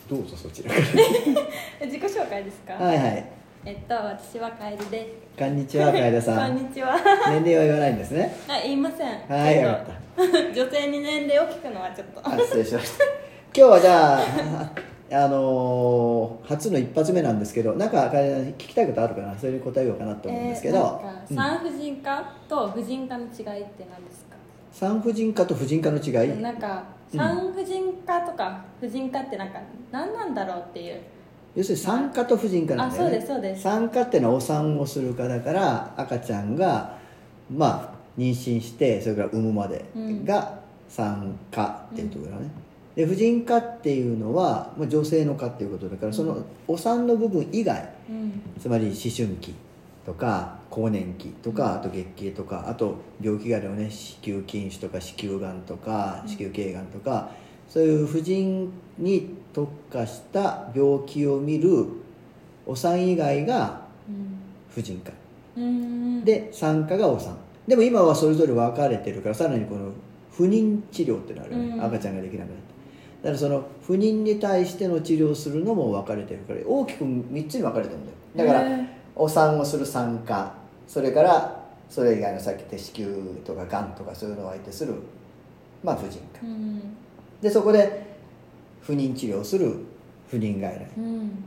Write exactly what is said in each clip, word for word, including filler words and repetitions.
どうぞそちらから自己紹介ですか？ はいはい。 えっと私はカエルです。 こんにちは、楓さん。 こんにちは。 年齢は言わないんですね。 あ、言いません。 はい、よかった。 女性に年齢を聞くのはちょっと。 あ、失礼しました。今日はじゃああのー、初の一発目なんですけど、なんか楓さん聞きたいことあるかな、それに答えようかなと思うんですけど、 えー、なんか産婦人科と婦人科の違いって何ですか？ 産婦人科と婦人科の違い、 なんか産婦人科とか婦人科ってなんか何なんだろうっていう。 要するに産科と婦人科なんだよね。 あ、そうですそうです。 産科っていうのはお産をする科だから、赤ちゃんがまあ妊娠してそれから産むまでが産科っていうところだね、うん、で婦人科っていうのは女性の科っていうことだから、そのお産の部分以外、うん、つまり思春期とか更年期とか、あと月経とか、あと病気があるよね、子宮筋腫とか子宮がんとか子宮頸がんとか、そういう婦人に特化した病気を見るお産以外が婦人科、うん、で産科がお産。でも今はそれぞれ分かれてるから、さらにこの不妊治療っていうのがあるよね、うん、赤ちゃんができなくなって、だからその不妊に対しての治療をするのも分かれてるから、大きくみっつに分かれてるんだよ。だからお産をする産科、それからそれ以外のさっき言った子宮とかがんとかそういうのを相手するまあ婦人科、うん、でそこで不妊治療をする不妊外来、うん、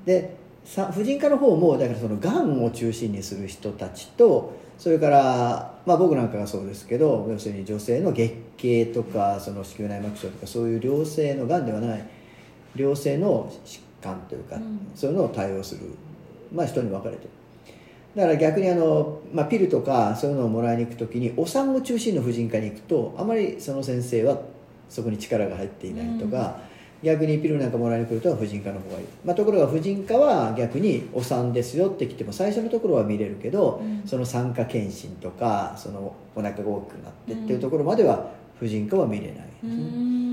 で婦人科の方もだからそのがんを中心にする人たちと、それから、まあ、僕なんかがそうですけど、要するに女性の月経とかその子宮内膜症とかそういう良性のがんではない良性の疾患というか、うん、そういうのを対応する、まあ、人に分かれてる。だから逆にあの、まあ、ピルとかそういうのをもらいに行くときにお産を中心の婦人科に行くと、あまりその先生はそこに力が入っていないとか、うん、逆にピルなんかもらいに来ると婦人科の方がいい、まあ、ところが婦人科は逆にお産ですよって来ても最初のところは見れるけど、うん、その産科検診とかそのお腹が大きくなってっていうところまでは婦人科は見れないですね、うん、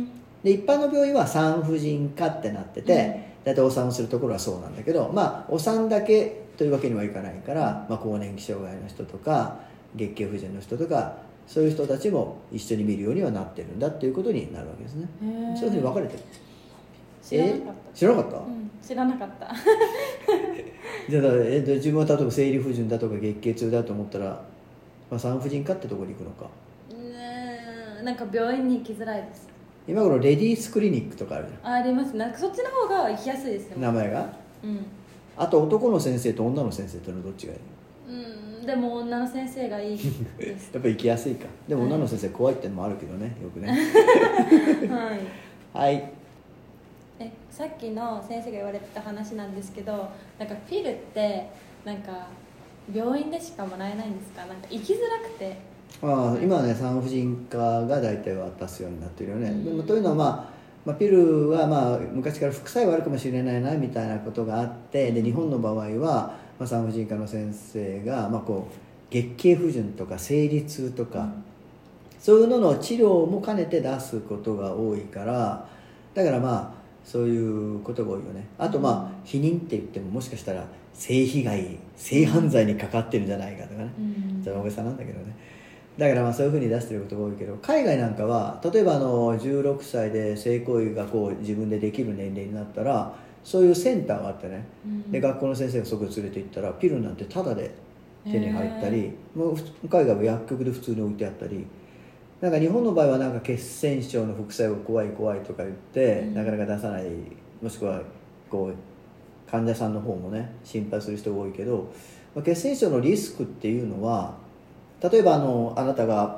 で一般の病院は産婦人科ってなってて、うん、だいたいお産をするところはそうなんだけど、まあお産だけというわけにはいかないから、まあ、更年期障害の人とか月経不全の人とかそういう人たちも一緒に見るようにはなってるんだっていうことになるわけですね。そういうふうに分かれてる。 知らなかった。 え知らなかった、うん、 知らなかったじゃあえ自分は例えば生理不順だとか月経痛だと思ったら、まあ、産婦人科ってとこに行くのか。 ね、なんか病院に行きづらいです。 今頃レディースクリニックとかあるじゃん。 あります。なんかそっちの方が行きやすいですよ。 名前が、 うん、 あと男の先生と女の先生というのはどっちがいい？ うん、でも女の先生がいいですやっぱ行きやすいか。でも女の先生怖いってのもあるけどね、よくねはい、 はい、 えさっきの先生が言われてた話なんですけど、なんかピルってなんか病院でしかもらえないんですか？なんか行きづらくて。 ああ今はね産婦人科が大体渡すようになってるよね、うん、でもというのは、まあまあ、ピルはまあ昔から副作用あるかもしれないなみたいなことがあって、で日本の場合は、まあ、産婦人科の先生が、まあ、こう月経不順とか生理痛とか、うん、そういうのの治療も兼ねて出すことが多いから、だからまあそういうことが多いよね。あとまあ避妊って言ってももしかしたら性被害性犯罪にかかってるんじゃないかとかね、うん、それは大げさなんだけどね。だからまあそういうふうに出してることが多いけど、海外なんかは例えばあのじゅうろくさいで性行為がこう自分でできる年齢になったらそういうセンターがあってね、うん、で学校の先生がそこに連れて行ったらピルなんてタダで手に入ったり、もう海外は薬局で普通に置いてあったり、なんか日本の場合はなんか血栓症の副作用が怖い怖いとか言って、うん、なかなか出さない、もしくはこう患者さんの方もね心配する人が多いけど、まあ、血栓症のリスクっていうのは、例えばあのあなたが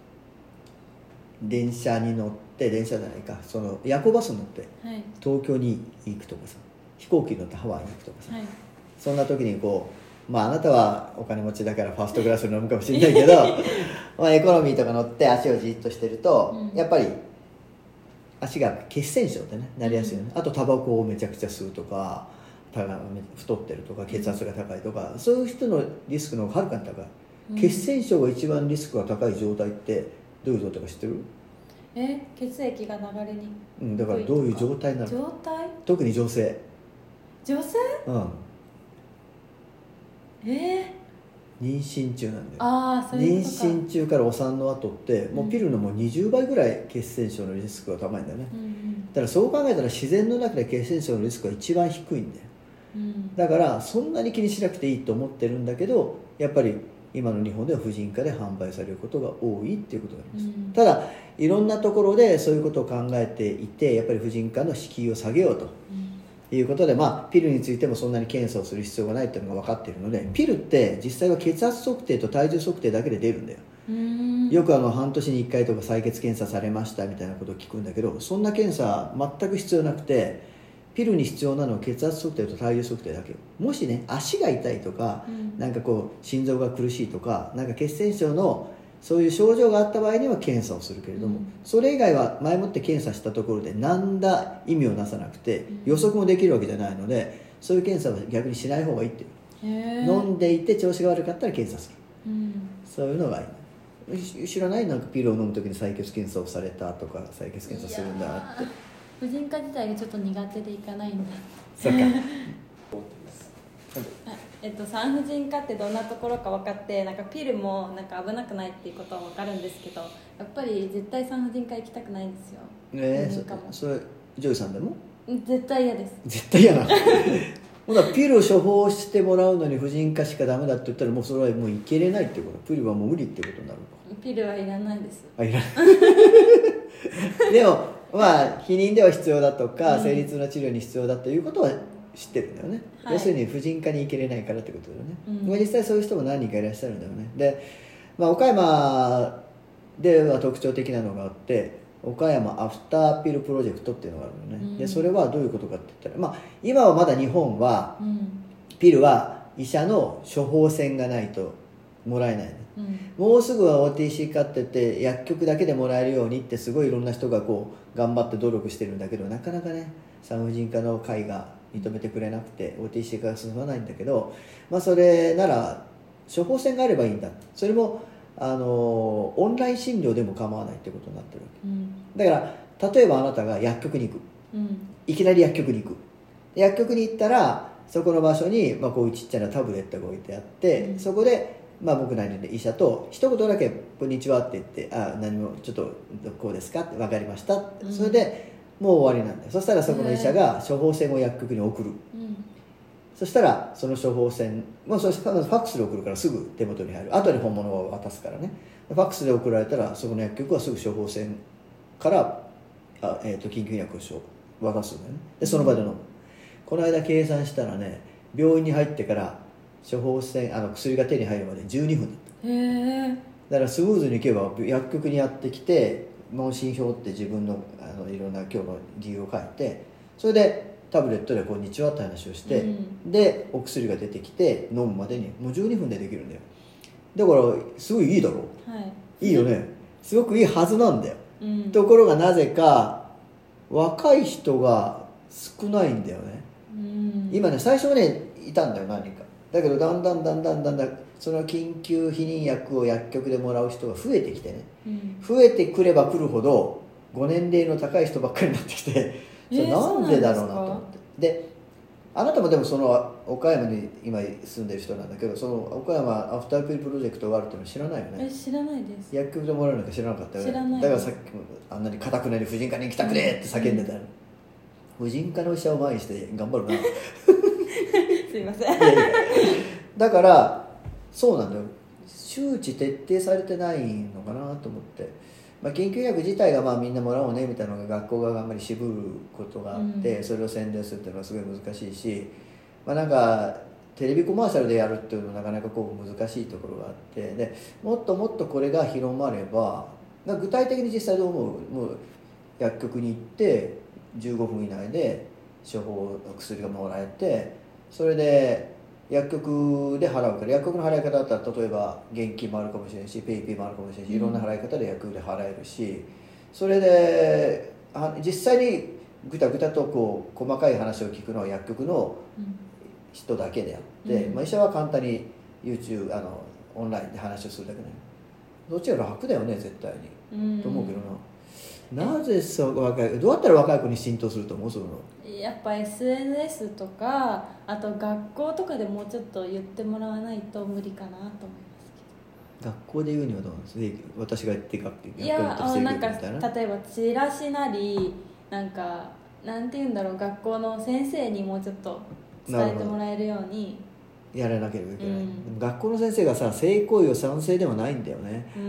電車に乗って電車じゃないかその夜行バスに乗って東京に行くとかさ、飛行機に乗ってハワイに行くとかさ、はい、そんな時にこう、まああなたはお金持ちだからファーストクラスに乗るかもしれないけどまあエコノミーとか乗って足をじっとしてると、うん、やっぱり足が血栓症ってねなりやすいよね、うん、あとタバコをめちゃくちゃ吸うとか太ってるとか血圧が高いとか、うん、そういう人のリスクの方がはるかに高い。血栓症が一番リスクが高い状態ってどういう状態か知ってる？ え血液が流れに、 うん、だからどういう状態になる？ 状態？ 特に女性。 女性？ うん。 えー、 妊娠中なんだよ。 ああ、そういうことか。 妊娠中からお産の後ってもうピルのもうにじゅうばいぐらい血栓症のリスクが高いんだよね、 うんうん、 だからそう考えたら自然の中で血栓症のリスクが一番低いんだよ、 うん、 だからそんなに気にしなくていいと思ってるんだけど、やっぱり今の日本では婦人科で販売されることが多いっていうことがあります、うん、ただいろんなところでそういうことを考えていて、やっぱり婦人科の敷居を下げようと、うん、いうことで、まあ、ピルについてもそんなに検査をする必要がないっていうのが分かっているので、ピルって実際は血圧測定と体重測定だけで出るんだよ。うん、よくあの半年にいっかいとか採血検査されましたみたいなことを聞くんだけど、そんな検査全く必要なくて、ピルに必要なのは血圧測定と体重測定だけ。もしね足が痛いとか、うん、なんかこう心臓が苦しいとか、なんか血栓症のそういう症状があった場合には検査をするけれども、うん、それ以外は前もって検査したところで何ら意味をなさなくて、予測もできるわけじゃないので、そういう検査は逆にしない方がいいっていう。飲んでいて調子が悪かったら検査する、うん、そういうのがいい。知らない？なんかピルを飲むときに採血検査をされたとか、採血検査するんだって。 婦人科自体がちょっと苦手でいかないんだ。 そうかえっと、産婦人科ってどんなところか分かって、なんかピルもなんか危なくないっていうことは分かるんですけど、やっぱり絶対産婦人科行きたくないんですよ。 ええー、そ, それジョイさんでも絶対嫌です。 絶対嫌なほらピルを処方してもらうのに婦人科しかダメだって言ったら、もうそれはもういけれないっていうこと、ピルはもう無理っていうことになるのか。 ピルはいらないです。 あ、いらないでもまあ避妊では必要だとか、うん、生理痛の治療に必要だということは知ってるんだよね、はい、要するに婦人科に行けれないからってことだよね、うん、まあ、実際そういう人も何人かいらっしゃるんだよね。で、まあ、岡山では特徴的なのがあって、岡山アフターピルプロジェクトっていうのがあるのね、うん、でそれはどういうことかって言ったら、まあ、今はまだ日本は、うん、ピルは医者の処方箋がないともらえないね、うん、もうすぐは オーティーシー 化って言って薬局だけでもらえるようにってすごいいろんな人がこう頑張って努力してるんだけど、なかなかね産婦人科の会が認めてくれなくて オーティーシー 化が進まないんだけど、まあ、それなら処方箋があればいいんだ、それもあのオンライン診療でも構わないってことになってるわけ、うん、だから例えばあなたが薬局に行く、うん、いきなり薬局に行く、薬局に行ったらそこの場所に、まあ、こういうちっちゃなタブレットが置いてあって、うん、そこでまあ、僕なりの医者と一言だけ「こんにちは」って言って「あ何もちょっとこうですか?」って「分かりました」って、うん、それでもう終わりなんだよ。そしたらそこの医者が処方箋を薬局に送る、うん、そしたらその処方箋、まあ、そしてまずファックスで送るからすぐ手元に入る、後で本物を渡すからね。ファックスで送られたらそこの薬局はすぐ処方箋からあ、えー、と緊急薬を渡すんだよね。でその場で飲む、うん、この間計算したらね、病院に入ってから処方箋あの薬が手に入るまでじゅうにふんだった。へえ。だからスムーズにいけば薬局にやってきて問診票って自分の、あのいろんな今日の理由を書いて、それでタブレットで「こんにちは」って話をして、うん、でお薬が出てきて飲むまでにもうじゅうにふんでできるんだよ。だからすごいいいだろう、はい、いいよね、すごくいいはずなんだよ、うん、ところがなぜか若い人が少ないんだよね、うん、今ね最初はねいたんだよ何人か。だけどだんだんだんだんだんだんその緊急避妊薬を薬局でもらう人が増えてきてね、うん、増えてくればくるほどご年齢の高い人ばっかりになってきて、それなんでだろうなと思って、であなたもでもその岡山に今住んでる人なんだけど、その岡山アフターピルプロジェクトがあるっての知らないよね。 え知らないです。 薬局でもらうのか知らなかったよね。 知らない。 だからさっきもあんなに固くなり婦人科に行きたくねえって叫んでたの、うん、婦人科の医者を前にして頑張るなすいません。 いやいやだからそうなんだよ、周知徹底されてないのかなと思って、まあ、緊急薬自体がまあみんなもらおうねみたいなのが学校があんまり渋ることがあって、うん、それを宣伝するっていうのはすごい難しいし、まあ、なんかテレビコマーシャルでやるっていうのはなかなかこう難しいところがあって、でもっともっとこれが広まれば、具体的に実際どう思う、もう薬局に行ってじゅうごふん以内で処方薬がもらえて、それで薬局で払うから、薬局の払い方だったら例えば現金もあるかもしれないしペイペイもあるかもしれないし、いろんな払い方で薬局で払えるし、それで実際にぐたぐたとこう細かい話を聞くのは薬局の人だけであって、うんまあ、医者は簡単に YouTube あのオンラインで話をするだけね。どっちが楽だよね絶対に、うん、と思うけどな。 なぜそう若いどうやったら若い子に浸透すると思う？そのやっぱ エスエヌエス とかあと学校とかでもうちょっと言ってもらわないと無理かなと思いますけど、学校で言うにはどうなんですか？私が言ってかっていやあのなんか例えばチラシなりなんかなんて言うんだろう、学校の先生にもうちょっと伝えてもらえるようにやらなければいけない、うん、 でも学校の先生がさ性行為を賛成ではないんだよね。 うん、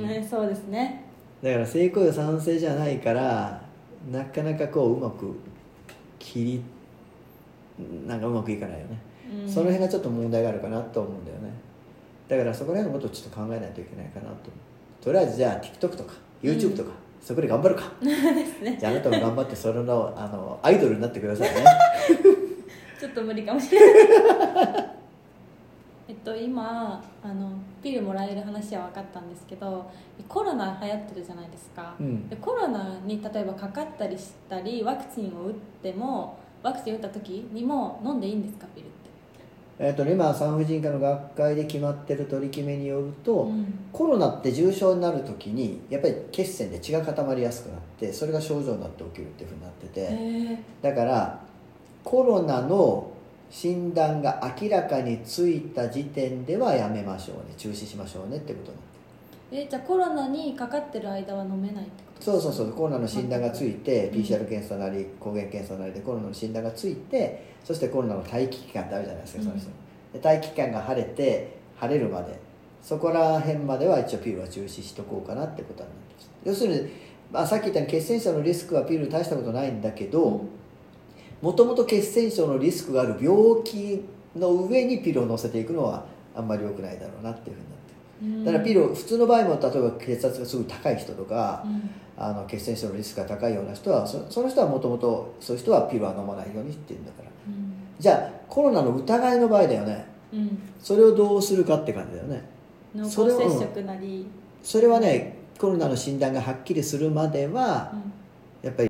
うん、そうですね。 だから性行為を賛成じゃないからなかなかこううまく切りなんかうまくいかないよね、うん、その辺がちょっと問題があるかなと思うんだよね。だからそこら辺のことをちょっと考えないといけないかなと。とりあえずじゃあ TikTok とか YouTube とか、うん、そこで頑張るかですね。 じゃああなたも頑張ってそれのあのアイドルになってくださいねちょっと無理かもしれないえっと今あのピルもらえる話は分かったんですけど、コロナ流行ってるじゃないですか、うん、でコロナに例えばかかったりしたりワクチンを打ってもワクチン打った時にも飲んでいいんですかピルって？ えーとね、今産婦人科の学会で決まってる取り決めによると、うん、コロナって重症になる時にやっぱり血栓で血が固まりやすくなってそれが症状になって起きるっていうふうになってて、だからコロナの診断が明らかについた時点ではやめましょうね、中止しましょうねってことになってる。 えじゃあコロナにかかってる間は飲めないってことですか？そうそうそう、コロナの診断がついて、うん、ピーシーアール 検査なり抗原検査なりでコロナの診断がついて、そしてコロナの待機期間ってあるじゃないですか、その人、うん、で待機期間が晴れて晴れるまでそこら辺までは一応ピルは中止しとこうかなってことになってます。要するに、まあ、さっき言ったように血栓症のリスクはピル大したことないんだけど、もともと血栓症のリスクがある病気の上にピルを乗せていくのはあんまり良くないだろうなっていうふうになってる。だからピルを普通の場合も例えば血圧がすごい高い人とか、うん、あの血栓症のリスクが高いような人は そ, その人はもともとそういう人はピルは飲まないようにっていうんだから、うん、じゃあコロナの疑いの場合だよね、うん、それをどうするかって感じだよね。 濃厚接触なりそ, れそれはねコロナの診断がはっきりするまでは、うん、やっぱり